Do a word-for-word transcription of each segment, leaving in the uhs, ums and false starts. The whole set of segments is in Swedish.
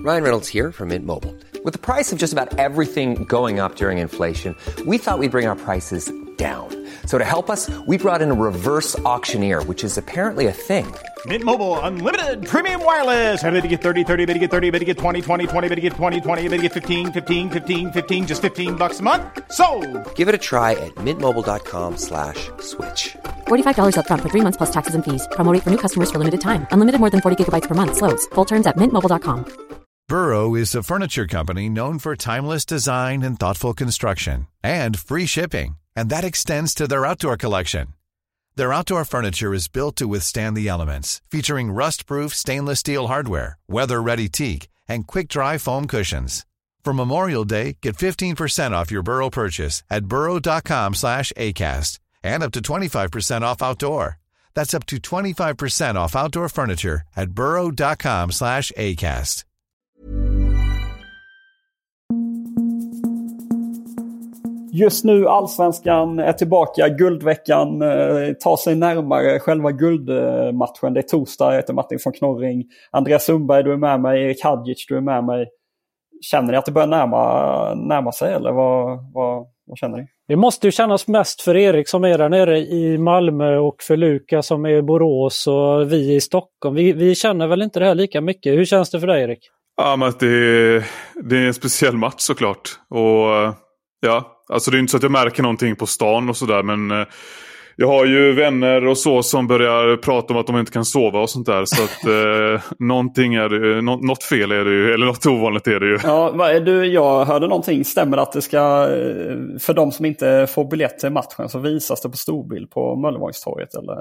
Ryan Reynolds here from Mint Mobile. With the price of just about everything going up during inflation, we thought we'd bring our prices down. So to help us, we brought in a reverse auctioneer, which is apparently a thing. Mint Mobile Unlimited Premium Wireless. How to get thirty, thirty, how to get thirty, how to get twenty, twenty, twenty, how to get twenty, twenty, how to get fifteen, fifteen, fifteen, fifteen, just fifteen bucks a month? Sold! Give it a try at mintmobile.com slash switch. forty-five dollars up front for three months plus taxes and fees. Promo rate for new customers for limited time. Unlimited more than forty gigabytes per month. Slows full terms at mint mobile dot com. Burrow is a furniture company known for timeless design and thoughtful construction and free shipping. And that extends to their outdoor collection. Their outdoor furniture is built to withstand the elements, featuring rust-proof stainless steel hardware, weather-ready teak, and quick-dry foam cushions. For Memorial Day, get fifteen percent off your Burrow purchase at burrow.com slash ACAST and up to twenty-five percent off outdoor. That's up to twenty-five percent off outdoor furniture at burrow.com slash ACAST. Just nu Allsvenskan är tillbaka, guldveckan eh, tar sig närmare själva guldmatchen. Det är torsdag, jag heter Martin von Knorring. Andreas Sundberg, du är med mig. Erik Hadjic, du är med mig. Känner ni att det börjar närma, närma sig eller vad, vad, vad känner ni? Det måste ju kännas mest för Erik som är där nere i Malmö och för Lukas som är i Borås och vi i Stockholm. Vi, vi känner väl inte det här lika mycket. Hur känns det för dig, Erik? Ja, men det är, det är en speciell match såklart. Och ja, alltså det är inte så att jag märker någonting på stan och sådär, men eh, jag har ju vänner och så som börjar prata om att de inte kan sova och sånt där. Så att eh, någonting är det, nå- något fel är det ju, eller något ovanligt är det ju. Ja, vad är du, jag hörde någonting, stämmer att det ska, för de som inte får biljett till matchen så visas det på storbild på Möllevångstorget, eller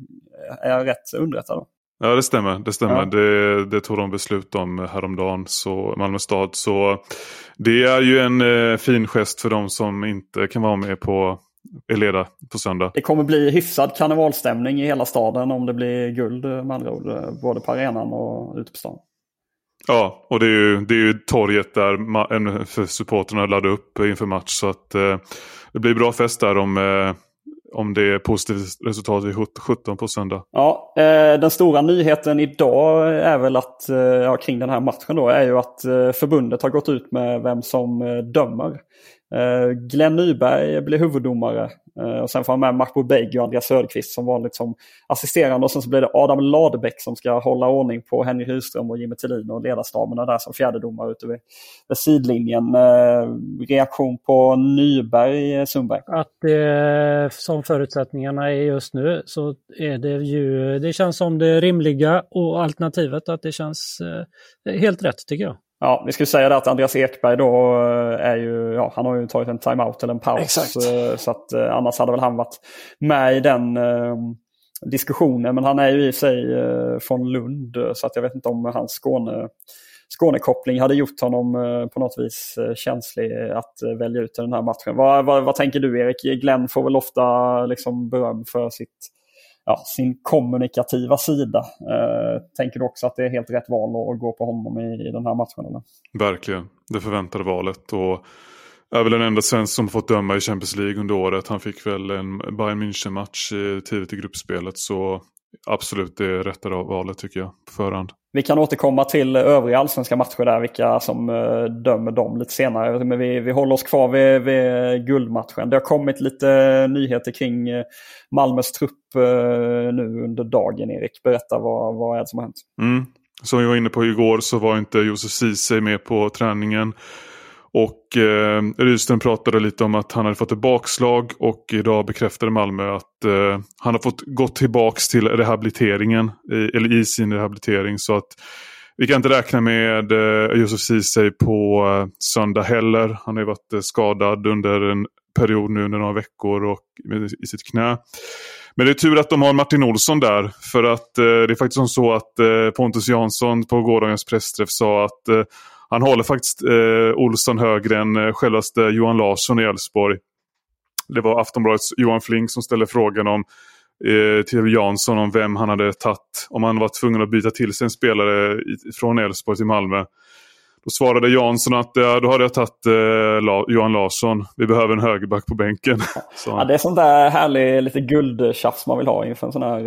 är jag rätt underrättad då? Ja, det stämmer. Det stämmer. Ja. Det, det tog de beslut om häromdagen, så Malmö stad. Så det är ju en eh, fin gest för de som inte kan vara med på Eleda på söndag. Det kommer bli hyfsad karnevalstämning i hela staden om det blir guld med andra ord, både på arenan och ute på stan. Ja, och det är ju, det är ju torget där ma- för supporterna laddar upp inför match. Så att eh, det blir bra fest där om... Eh, Om det är positivt resultat vid sjutton på söndag. Ja, eh, den stora nyheten idag är väl att, eh, ja, kring den här matchen då, är ju att eh, förbundet har gått ut med vem som eh, dömer. Eh, Glenn Nyberg blir huvuddomare. Eh, och sen får han med Mahmoud Beg och Andreas Söderqvist som vanligt som assisterande. Och sen så blir det Adam Ladebäck som ska hålla ordning på Henrik Hylström och Jimmy Tillin och ledarstaberna där som fjärdedomare ute vid, vid sidlinjen. Eh, reaktion på Nyberg, Sundberg? Att eh, som förutsättningarna är just nu så är det ju, det känns som det rimliga, och alternativet att det känns eh, helt rätt tycker jag. Ja, vi skulle säga det att Andreas Ekberg då är ju, ja, han har ju tagit en timeout eller en paus. Exakt. Så att eh, annars hade väl han varit med i den eh, diskussionen. Men han är ju i sig eh, från Lund, så att jag vet inte om hans Skåne, Skånekoppling hade gjort honom eh, på något vis eh, känslig att eh, välja ut den här matchen. Vad, vad, vad tänker du, Erik? Glenn får väl ofta liksom beröm för sitt, ja, sin kommunikativa sida. Eh, tänker du också att det är helt rätt val att gå på honom i, i den här matchen? Eller? Verkligen, det förväntade valet. Och är väl den enda svensk som fått döma i Champions League under året. Han fick väl en Bayern München-match tidigt i gruppspelet. Så absolut, det är rätta valet tycker jag på förhand. Vi kan återkomma till övriga allsvenska matcher där, vilka som uh, dömer dem lite senare. Men vi, vi håller oss kvar vid, vid guldmatchen. Det har kommit lite nyheter kring uh, Malmös trupp uh, nu under dagen, Erik. Berätta, vad, vad är det som har hänt? Mm. Som vi var inne på igår så var inte Josef Ceesay med på träningen. Och eh, Rydström pratade lite om att han hade fått ett bakslag, och idag bekräftade Malmö att eh, han har fått gå tillbaks till rehabiliteringen, i, eller i sin rehabilitering, så att vi kan inte räkna med eh, Josef Ceesay på eh, söndag heller. Han har ju varit eh, skadad under en period nu under några veckor och i sitt knä. Men det är tur att de har Martin Olsson där, för att eh, det är faktiskt som så att eh, Pontus Jansson på gårdagens pressträff sa att eh, han håller faktiskt eh, Olsson högre än eh, självaste Johan Larsson i Elfsborg. Det var Aftonbladets Johan Flink som ställde frågan om eh, till Jansson om vem han hade tagit, om han var tvungen att byta till sig en spelare i, från Elfsborg till Malmö. Då svarade Jansson att ja, då hade jag tagit eh, La- Johan Larsson. Vi behöver en högerback på bänken. Så. Ja, det är sånt där härligt lite guldtjafs man vill ha inför en sån här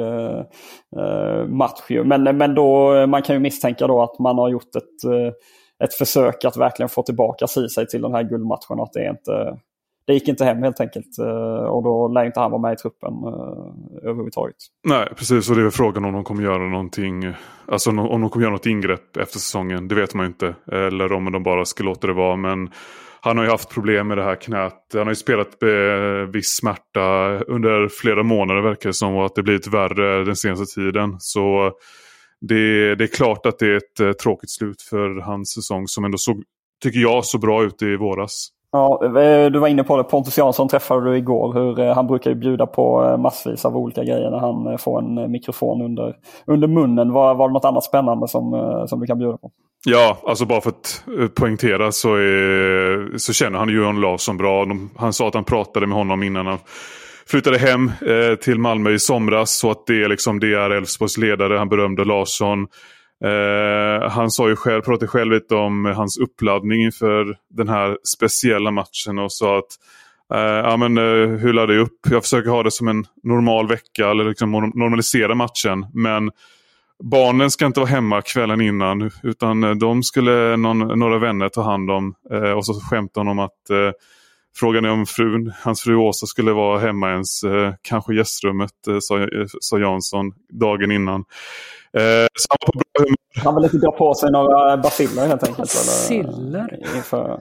uh, match. Men, men då, man kan ju misstänka då att man har gjort ett, uh, ett försök att verkligen få tillbaka Ceesay till den här guldmatchen. Att det, är inte, det gick inte hem helt enkelt. Uh, och då lär inte han vara med i truppen uh, överhuvudtaget. Nej, precis. Och det är frågan om de kommer göra någonting. Alltså om de kommer göra något ingrepp efter säsongen. Det vet man inte. Eller om de bara ska låta det vara. Men han har ju haft problem med det här knät. Han har ju spelat med viss smärta under flera månader verkar det som. Och att det blivit värre den senaste tiden. Så det, det är klart att det är ett uh, tråkigt slut för hans säsong. Som ändå såg, tycker jag, så bra ut i våras. Ja, du var inne på det. Pontus Jansson träffade du igår. Hur han brukar ju bjuda på massvis av olika grejer när han får en mikrofon under, under munnen. Var, var det något annat spännande som, som du kan bjuda på? Ja, alltså bara för att poängtera så, är, så känner han Johan Larsson bra. De, han sa att han pratade med honom innan han flyttade hem eh, till Malmö i somras. Så att det är liksom det är Elfsborgs ledare. Han berömde Larsson. Eh, han sa ju själv, pratade själv lite om hans uppladdning inför den här speciella matchen och sa att eh, ja, men, eh, hur laddar jag upp? Jag försöker ha det som en normal vecka eller liksom normalisera matchen, men barnen ska inte vara hemma kvällen innan utan de skulle någon, några vänner ta hand om eh, och så skämtade han om att eh, frågan är om frun, hans fru Åsa skulle vara hemma ens, eh, kanske i gästrummet, eh, sa, sa Jansson dagen innan. Eh, så han var på bra humör. Han vill inte dra på sig några baciller helt enkelt. Baciller? Inför,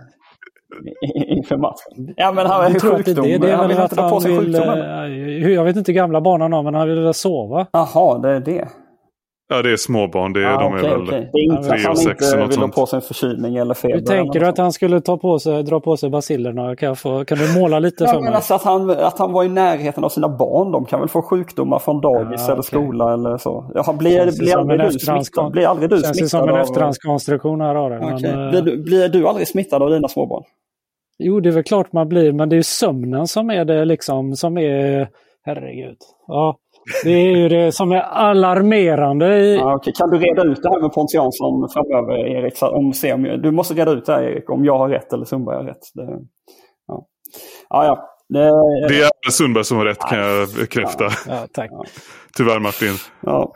inför matchen. Ja, men han är ju sjukdom. Det, det är han väl vill att inte dra på sig han vill, sjukdomen. jag vet inte hur gamla barnen har, men han vill sova. Jaha, det är det. Ja, det är småbarn. Det är, ah, de okay, är väl okay. Det är inte tre att och han sex inte och vill ha sånt. på sig en förkylning eller feber. Hur tänker du att han skulle ta på sig, dra på sig bacillerna? Kan, jag få, kan du måla lite ja, för men mig? alltså att, han, att han var i närheten av sina barn. De kan väl få sjukdomar från dagis ja, eller okay. skola eller så. Jaha, blir, blir, aldrig du smittad? blir aldrig du smittad? Känns det som en av... efterhandskonstruktion här. Okay. Men, blir, du, blir du aldrig smittad av dina småbarn? Jo, det är väl klart man blir. Men det är ju sömnen som är det liksom, som är... Herregud. Ja. Det är ju det som är alarmerande. I... Ja, okay. Kan du reda ut det här med Pontus Jansson framöver, Erik? Om, se om, du måste reda ut det här, Erik, om jag har rätt eller Sundberg har rätt. Det, ja. Ja, ja. Det, det är Sundberg som har rätt, kan jag bekräfta. Ja, ja, tack. Tyvärr, Martin. Ja.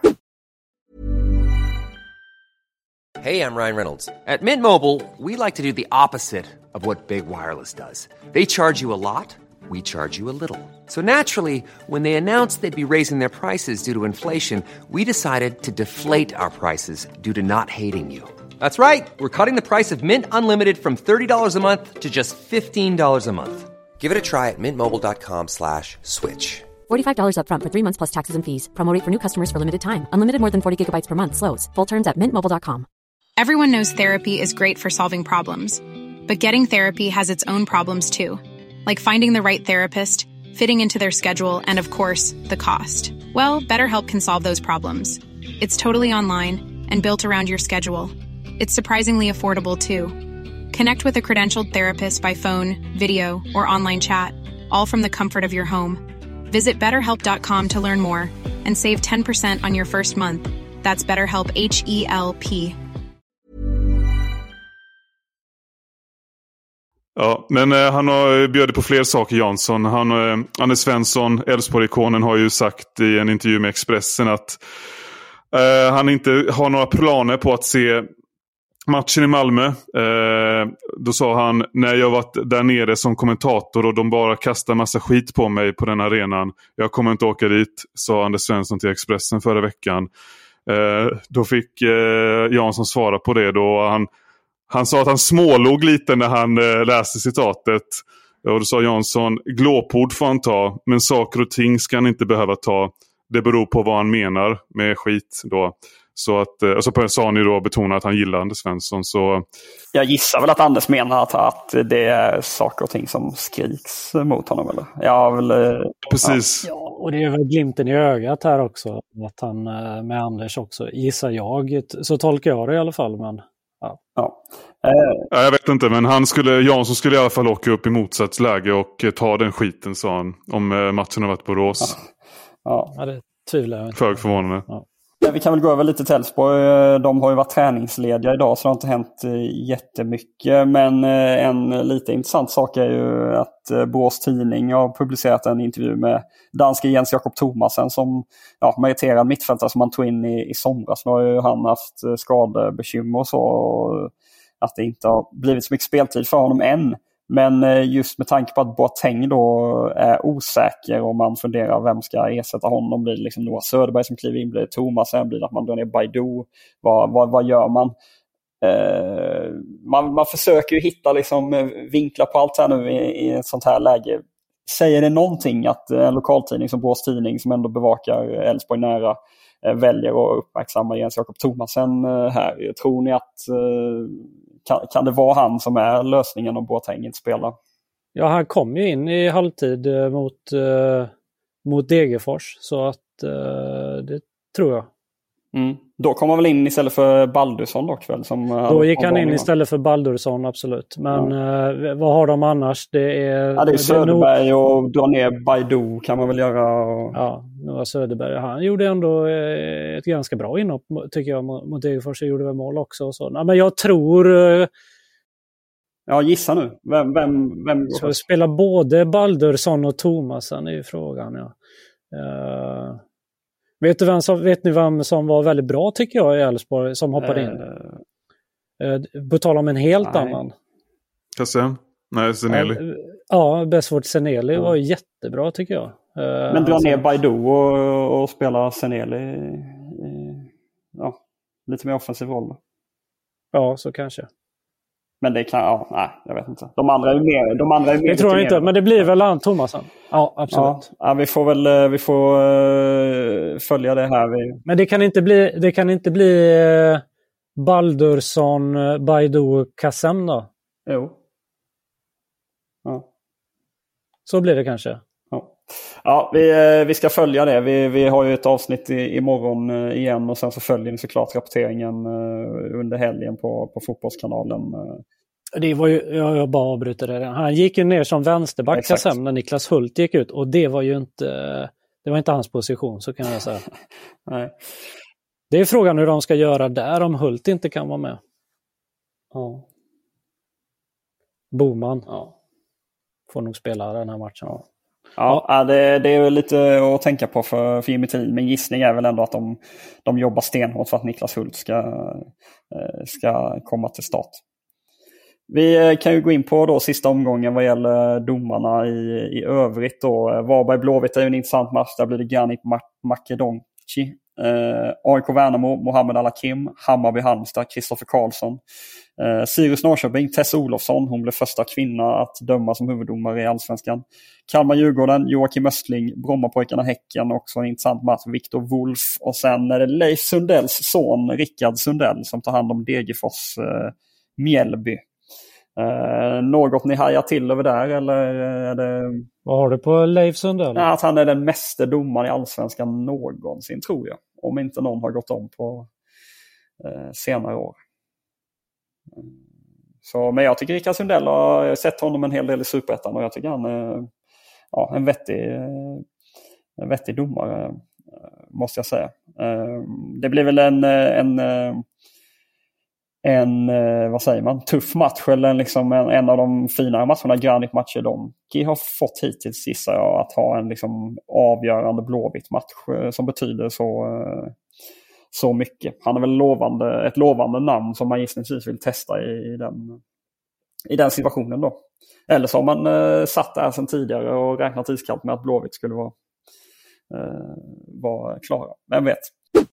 Hey, I'm Ryan Reynolds. At Mint Mobile, we like to do the opposite of what Big Wireless does. They charge you a lot. We charge you a little. So naturally, when they announced they'd be raising their prices due to inflation, we decided to deflate our prices due to not hating you. That's right. We're cutting the price of Mint Unlimited from thirty dollars a month to just fifteen dollars a month. Give it a try at mintmobile.com slash switch. forty-five dollars up front for three months plus taxes and fees. Promo rate for new customers for limited time. Unlimited more than forty gigabytes per month slows. Full terms at mint mobile dot com. Everyone knows therapy is great for solving problems. But getting therapy has its own problems too. Like finding the right therapist, fitting into their schedule, and of course, the cost. Well, BetterHelp can solve those problems. It's totally online and built around your schedule. It's surprisingly affordable too. Connect with a credentialed therapist by phone, video, or online chat, all from the comfort of your home. Visit better help dot com to learn more and save ten percent on your first month. That's BetterHelp, H E L P. Ja, men eh, han har bjudit på fler saker, Jansson. Han, eh, Anders Svensson, Elfsborg-ikonen, har ju sagt i en intervju med Expressen att eh, han inte har några planer på att se matchen i Malmö. Eh, då sa han, när jag varit där nere som kommentator och de bara kastar massa skit på mig på den arenan. Jag kommer inte åka dit, sa Anders Svensson till Expressen förra veckan. Eh, då fick eh, Jansson svara på det då. Han Han sa att han smålog lite när han eh, läste citatet. Och då sa Jansson, glåpord får han ta, men saker och ting ska han inte behöva ta. Det beror på vad han menar med skit då. Så att, eh, och så sa han ju då, betona att han gillar Anders Svensson. Så... Jag gissar väl att Anders menar att, att det är saker och ting som skriks mot honom, eller? Jag vill, eh, Precis. Ja. Och det är väl glimten i ögat här också. Att han med Anders också, gissar jag. Så tolkar jag det i alla fall, men... Ja. Ja. Eh. ja, jag vet inte, men han skulle, Jansson skulle i alla fall åka upp i motsatsläge och ta den skiten, sa han, om matchen har varit på Borås. Ja. Ja, det tvivlar jag inte. För förvånande. Ja. Vi kan väl gå över lite till Elfsborg. De har ju varit träningslediga idag så det har inte hänt jättemycket. Men en lite intressant sak är ju att Borås Tidning har publicerat en intervju med danske Jens Jakob Thomasen som ja, meriterad mittfältare som han tog in i, i somras. Nu har ju han haft skadebekymmer och så. Och att det inte har blivit så mycket speltid för honom än. Men just med tanke på att Boateng då är osäker och man funderar vem ska ersätta honom. Blir det liksom Noah Söderberg som kliver in? Blir det Thomasen? Blir det att man drar ner Baidoo? Vad, vad, vad gör man? Eh, man? Man försöker ju hitta liksom vinklar på allt här nu i, i ett sånt här läge. Säger det någonting att en lokaltidning som Borås Tidning som ändå bevakar Elfsborg nära eh, väljer att uppmärksamma Jens Jakob Thomasen eh, här? Tror ni att... Eh, Kan, kan det vara han som är lösningen om Boateng inte spelar? Ja, han kom ju in i halvtid mot, uh, mot Degerfors. Så att uh, det tror jag. Mm. Då kom han väl in istället för Baldursson dock väl? Som, då gick han in istället för Baldursson, absolut. Men ja. uh, vad har de annars? Det är, ja, det är Söderberg nog... och dra ner Baidoo kan man väl göra. Och... Ja, Noah Söderberg. Han gjorde ändå ett ganska bra inhopp tycker jag mot Degerfors. Han gjorde väl mål också. Och så. Ja, men jag tror... Uh... Ja, gissa nu. Vem, vem, vem ska vi spela både Baldursson och Thomasen är ju frågan. Ja. Uh... Vet, du vem som, vet ni vem som var väldigt bra tycker jag i Elfsborg som hoppade in? Uh, på tal om en helt nej. annan. Kassem? Nej, Seneli. Uh, ja, Besford Seneli mm. var jättebra tycker jag. Uh, Men dra alltså, ner Baidoo och, och spela Seneli i, ja, lite mer offensiv roll. Ja, så kanske. Men det kan, ja, nej, jag vet inte. De andra är mer, de andra är mer. Det tror jag inte, men det blir väl han Thomasen. Ja, absolut. Ja, vi får väl, vi får uh, följa det här. Vi... Men det kan inte bli, det kan inte bli uh, Baldursson, Baidoo, Kassem då? Jo. Ja. Så blir det kanske. Ja, ja vi, vi ska följa det. Vi, vi har ju ett avsnitt i, imorgon igen och sen så följer ni såklart rapporteringen under helgen på, på Fotbollskanalen. Det var ju, jag bara avbryter det. Han gick ju ner som vänsterback sen när Niklas Hult gick ut och det var ju inte, det var inte hans position så kan jag säga. Nej. Det är frågan hur de ska göra där om Hult inte kan vara med. Ja. Boman. Ja. Får nog spela den här matchen. Ja. Ja, ja. Det, det är lite att tänka på för, för Jimmy Tillin. Men gissning är väl ändå att de, de jobbar stenhårt för att Niklas Hult ska, ska komma till start. Vi kan ju gå in på då sista omgången vad gäller domarna i, i övrigt. Då. Varberg Blåvitt är ju en intressant match. Där blir det Granit Makedonci. Eh, A I K Värnamo, Mohamed Al-Hakim, Hammarby Halmstad, Kristoffer Karlsson. Eh, Sirius Norrköping, Tessa Olofsson. Hon blev första kvinna att döma som huvuddomare i Allsvenskan. Kalmar Djurgården, Joakim Östling, Brommapojkarna Häcken. Också en intressant match, Viktor Wolf. Och sen är det Leif Sundells son, Rickard Sundell, som tar hand om Degerfors eh, Mjällby. Eh, något ni hajar till över där eller är det... Vad har du på Leif Sundell? Ja, att han är den meste domaren i Allsvenskan någonsin tror jag. Om inte någon har gått om på eh, senare år. Så, men jag tycker Rickard Sundell har sett honom en hel del i Superettan och jag tycker han är ja, en vettig, en vettig domare måste jag säga. Eh, det blir väl en... en En, vad säger man, tuff match eller liksom en, en av de finare matcherna Granit-matcher de har fått hittills gissar jag att ha en liksom avgörande Blåvitt-match som betyder så, så mycket. Han är väl lovande, ett lovande namn som man gissningsvis vill testa i, i, den, i den situationen då. Eller så har man eh, satt där sedan tidigare och räknat iskallt med att Blåvitt skulle vara, eh, vara klara. Vem vet?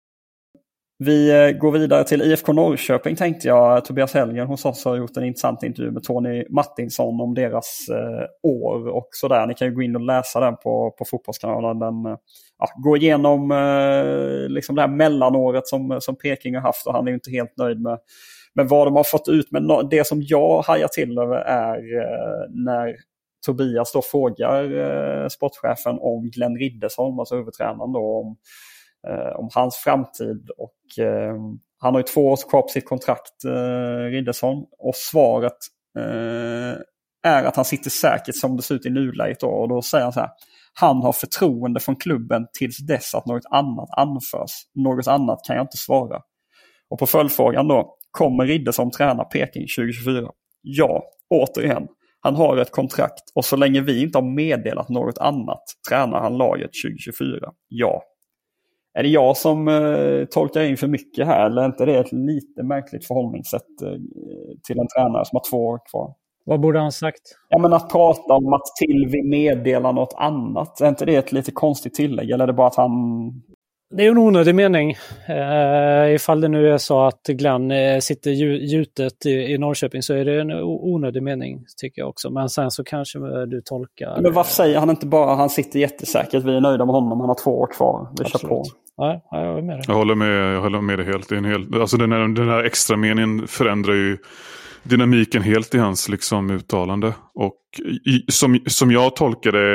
Vi går vidare till I F K Norrköping tänkte jag. Tobias Helgen hos oss har gjort en intressant intervju med Tony Martinsson om deras eh, år och sådär. Ni kan ju gå in och läsa den på, på Fotbollskanalen. Den ja, går igenom eh, liksom det här mellanåret som, som Peking har haft och han är ju inte helt nöjd med, med vad de har fått ut. Men det som jag hajar till över är eh, när Tobias då frågar eh, sportchefen om Glenn Riddersholm, alltså huvudtränaren då, om Eh, om hans framtid och eh, han har ju två års kvar på sitt kontrakt eh, Riddersholm och svaret eh, är att han sitter säkert som det ser ut i nuläget då, och då säger han så här: Han har förtroende från klubben tills dess att något annat anförs. Något annat kan jag inte svara. Och på följdfrågan då, kommer Riddersholm träna Peking tjugo tjugofyra? Ja, återigen. Han har ett kontrakt och så länge vi inte har meddelat något annat tränar han laget tjugo tjugofyra. Ja. Är det jag som eh, tolkar in för mycket här eller är inte det ett lite märkligt förhållningssätt eh, till en tränare som har två år kvar? Vad borde han sagt? Ja, men att prata om att till vi meddelar något annat. Är inte det ett lite konstigt tillägg eller är det bara att han... Det är en onödig mening. Uh, ifall det nu är så att Glenn uh, sitter gjutet i, i Norrköping så är det en onödig mening tycker jag också. Men sen så kanske du tolkar... Men varför säger han inte bara han sitter jättesäkert, vi är nöjda med honom, han har två år kvar. Vi kör på. Ja, jag är med det. Jag håller med, jag håller med det helt. Det är en hel, alltså den här, den här extra meningen förändrar ju dynamiken helt i hans liksom uttalande. Och i, som, som jag tolkar det,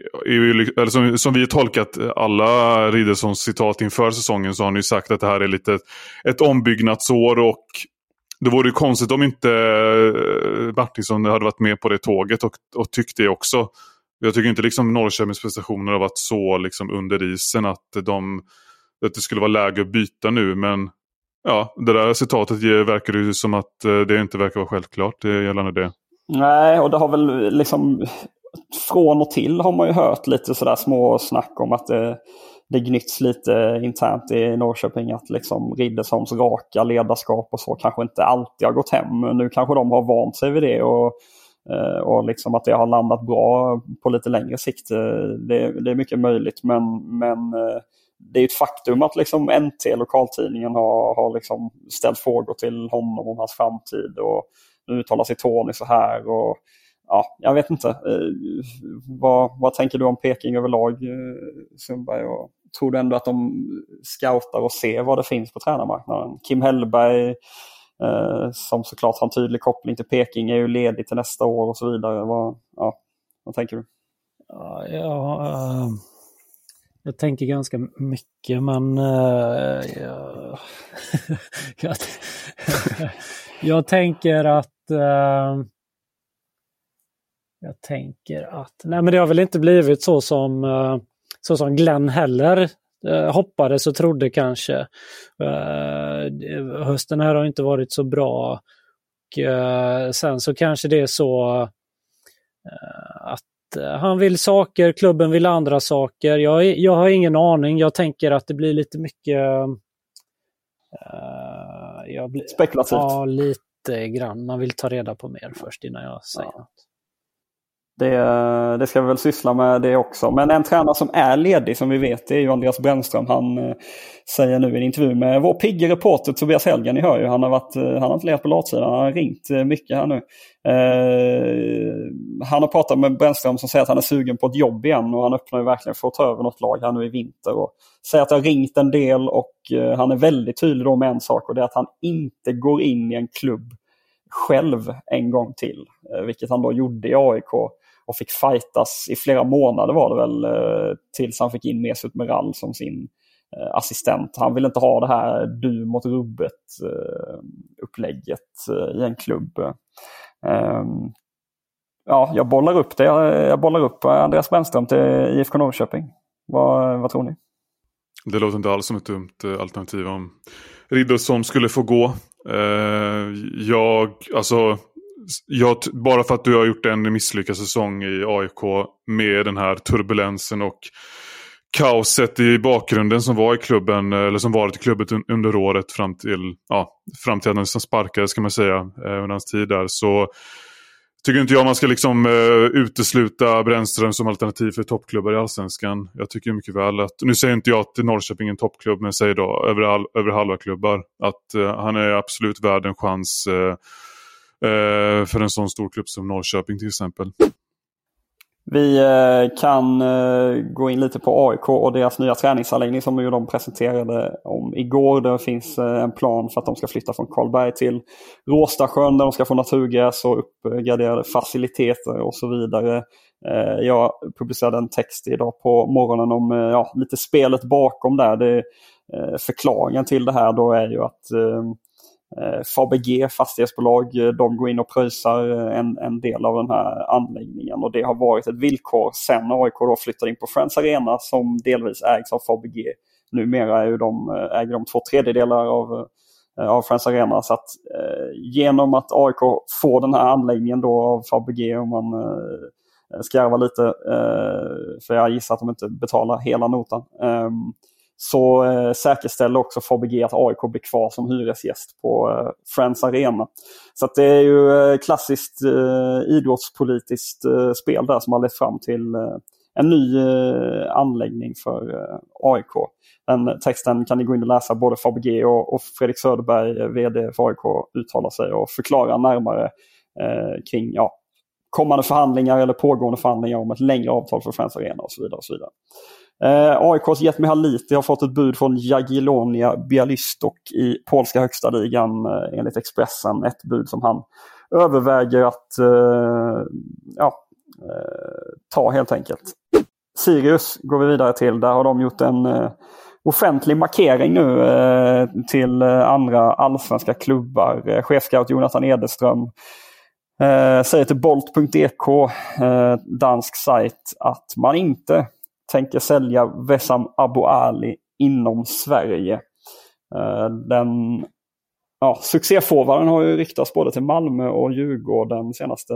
är, eller som, som vi har tolkat alla Ridderssons citat inför säsongen, så har han ju sagt att det här är lite ett, ett ombyggnadsår och det vore ju konstigt om inte Martinsson hade varit med på det tåget och, och tyckt det också. Jag tycker inte liksom Norrköpings prestationer har varit så liksom under isen att, de, att det skulle vara läge att byta nu, men ja, det där citatet verkar ju som att det inte verkar vara självklart det gällande det. Nej, och det har väl liksom från och till har man ju hört lite sådär små snack om att det, det gnyts lite internt i Norrköping att liksom Ridderssons raka ledarskap och så kanske inte alltid har gått hem. Nu kanske de har vant sig vid det och, och liksom att det har landat bra på lite längre sikt. Det, det är mycket möjligt, men, men det är ett faktum att liksom N T, lokaltidningen, har, har liksom ställt frågor till honom om hans framtid och nu uttalar sig Tony så här och ja, jag vet inte. Eh, vad, vad tänker du om Peking överlag, eh, Sundberg? Och tror du ändå att de scoutar och ser vad det finns på tränarmarknaden? Kim Hellberg, eh, som såklart har en tydlig koppling till Peking, är ju ledig till nästa år och så vidare. Vad, ja, vad tänker du? Ja, ja uh, jag tänker ganska mycket, men uh, ja, jag, jag tänker att uh, Jag tänker att nej, men det har väl inte blivit så som, så som Glenn heller eh, hoppades och trodde kanske. Eh, hösten här har inte varit så bra. Och, eh, sen så kanske det är så eh, att han vill saker, klubben vill andra saker. Jag, jag har ingen aning. Jag tänker att det blir lite mycket... Eh, jag blir, spekulativt. Ja, lite grann. Man vill ta reda på mer först innan jag säger ja. något. Det, det ska vi väl syssla med det också. Men en tränare som är ledig som vi vet är ju Andreas Brännström. Han eh, säger nu i en intervju med vår pigge reporter Tobias Helgen. Ni hör ju, han har, varit, han har inte legat på latsidan. Han har ringt mycket här nu. Eh, han har pratat med Brännström som säger att han är sugen på ett jobb igen. Och han öppnar ju verkligen för att ta över något lag här nu i vinter. Och säger att det har ringt en del och eh, han är väldigt tydlig då med en sak. Och det är att han inte går in i en klubb själv en gång till. Eh, vilket han då gjorde i A I K. Och fick fightas i flera månader var det väl tills han fick in Mesut Meral som sin eh, assistent. Han vill inte ha det här du mot rubbet eh, upplägget eh, i en klubb. Eh, ja, jag bollar upp det. Jag bollar upp Andreas Brännström till I F K Norrköping. Vad, vad tror ni? Det låter inte alls som ett dumt alternativ om Riddersholm skulle få gå. Eh, jag, alltså... Jag, bara för att du har gjort en misslyckad säsong i A I K med den här turbulensen och kaoset i bakgrunden som var i klubben, eller som varit i klubben under året fram till, ja, fram till att den sparkades kan man säga under hans tid där, så tycker inte jag man ska liksom uh, utesluta Brännström som alternativ för toppklubbar i Allsvenskan. Jag tycker mycket väl att, nu säger inte jag att Norrköping är en toppklubb, men jag säger då över, all, över halva klubbar att uh, han är absolut värd en chans uh, Uh, för en sån stor klubb som Norrköping till exempel. Vi uh, kan uh, gå in lite på A I K och deras nya träningsanläggning som ju de presenterade om igår. Det finns uh, en plan för att de ska flytta från Karlberg till Råstasjön där de ska få naturgräs och uppgraderade faciliteter och så vidare. Uh, jag publicerade en text idag på morgonen om uh, ja, lite spelet bakom där. Det, uh, förklaringen till det här då är ju att uh, eh, F A B G, fastighetsbolag, de går in och pröjsar en, en del av den här anläggningen. Och det har varit ett villkor sen A I K då flyttade in på Friends Arena som delvis ägs av F A B G. Numera är ju de, äger de två tredjedelar av, av Friends Arena. Så att eh, genom att A I K får den här anläggningen då av F A B G, om man eh, skarvar lite, eh, för jag gissar att de inte betalar hela notan, eh, så eh, säkerställer också F A B G att A I K blir kvar som hyresgäst på eh, Friends Arena. Så att det är ju eh, klassiskt eh, idrottspolitiskt eh, spel där som har lett fram till eh, en ny eh, anläggning för eh, A I K. Den texten kan ni gå in och läsa. Både F A B G och, och Fredrik Söderberg, vd för A I K, uttalar sig och förklarar närmare eh, kring ja, kommande förhandlingar eller pågående förhandlingar om ett längre avtal för Friends Arena och så vidare. Och så vidare. Eh, A I K:s Jetmi Haliti har fått ett bud från Jagiellonia Bialystok i polska högsta ligan, eh, enligt Expressen. Ett bud som han överväger att eh, ja, eh, ta helt enkelt. Sirius går vi vidare till. Där har de gjort en eh, offentlig markering nu eh, till eh, andra allsvenska klubbar. Eh, chefscout Jonathan Edeström eh, säger till Bolt punkt d k, eh, dansk sajt, att man inte tänker sälja Wessam Abu Ali inom Sverige. Eh, den ja, succéforwarden har ju riktats både till Malmö och Djurgården senaste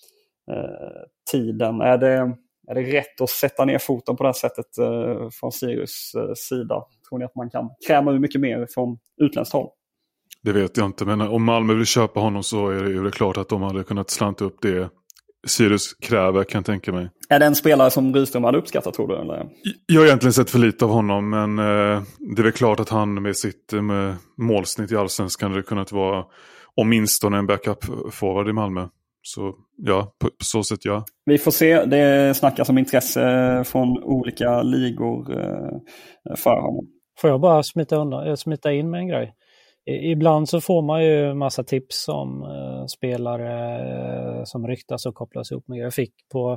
eh, tiden. Är det Är det rätt att sätta ner foten på det här sättet eh, från Sirius eh, sida? Tror ni att man kan kräma ut mycket mer från utländskt håll? Det vet jag inte, men om Malmö vill köpa honom så är det ju klart att de hade kunnat slanta upp det Sirius kräver, kan jag tänka mig. Är det en spelare som Rydström hade uppskattat, tror du? Eller? Jag har egentligen sett för lite av honom, men eh, det är väl klart att han med sitt med målsnitt i Allsvenskan hade kunnat vara åtminstone en backup-forward i Malmö. Så ja, på, på så sätt ja. Vi får se. Det snackas om intresse från olika ligor eh, för honom. Får jag bara smita, undan, smita in med en grej? I, ibland så får man ju massa tips om eh, spelare eh, som ryktas och kopplas ihop med. Jag fick på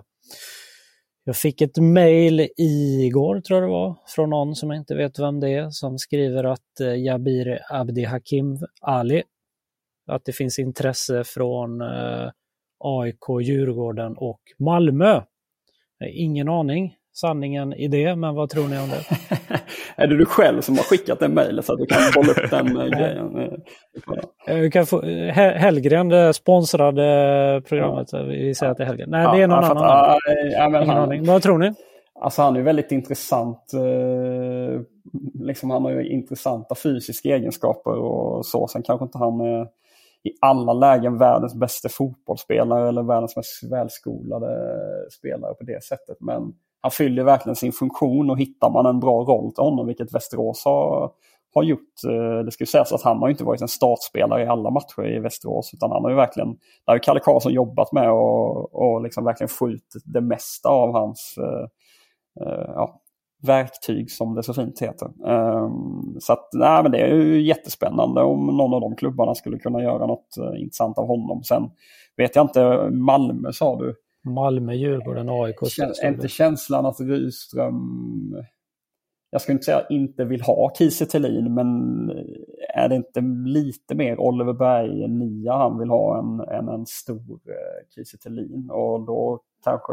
jag fick ett mejl igår, tror jag det var, från någon som jag inte vet vem det är, som skriver att eh, Jabir Abdihakim Ali, att det finns intresse från eh, A I K, Djurgården och Malmö. Ingen aning sanningen i det, men vad tror ni om det? Är det du själv som har skickat en mejl så att du kan bolla upp den grejen? Du kan få, Hellgren sponsrade programmet, så vi säger att det är Hellgren. Nej, det är någon annan. Att, ja, men Ingen han, aning. Vad tror ni? Alltså han är väldigt intressant. Eh, liksom han har ju intressanta fysiska egenskaper och så. Sen kanske inte han är i alla lägen världens bästa fotbollsspelare eller världens mest välskolade spelare på det sättet. Men han fyller verkligen sin funktion, och hittar man en bra roll till honom, vilket Västerås har, har gjort. Det skulle sägas att han har inte varit en startspelare i alla matcher i Västerås, utan han har ju verkligen, där har ju Kalle Karlsson jobbat med och, och liksom verkligen skjutit det mesta av hans uh, uh, ja, verktyg, som det så fint heter. Um, så att, nej, men det är ju jättespännande om någon av de klubbarna skulle kunna göra något uh, intressant av honom. Sen vet jag inte, Malmö sa du. Malmö, Djurgården, A I K. Är inte känslan att Rydström, jag ska inte säga inte vill ha Kiese Thelin, men är det inte lite mer Oliver Berg nia han vill ha än, än en stor uh, Kiese Thelin? Och då kanske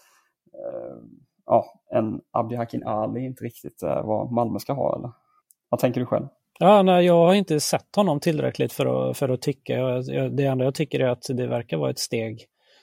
uh, ja, en Abdihakim Ali inte riktigt uh, vad Malmö ska ha, eller? Vad tänker du själv? Ja, nej, jag har inte sett honom tillräckligt för att, för att tycka. Jag, jag, det enda jag tycker är att det verkar vara ett steg.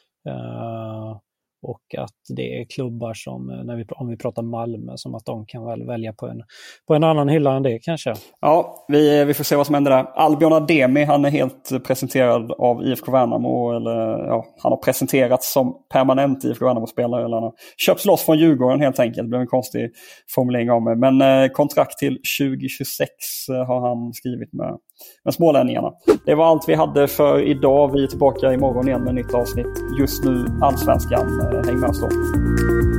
Uh, och att det är klubbar som, när vi, om vi pratar Malmö, som att de kan väl välja på en, på en annan hylla än det kanske. Ja, vi, vi får se vad som händer där. Albion Ademi, han är helt presenterad av I F K Värnamo, eller ja, han har presenterats som permanent I F K Värnamo-spelare, eller han har köpts loss från Djurgården helt enkelt. Det blev en konstig formulering av mig. Men eh, kontrakt till tjugo tjugosex eh, har han skrivit med, med smålänningarna. Det var allt vi hade för idag. Vi är tillbaka imorgon igen med ett nytt avsnitt. Just nu Allsvenskan. Häng med oss då.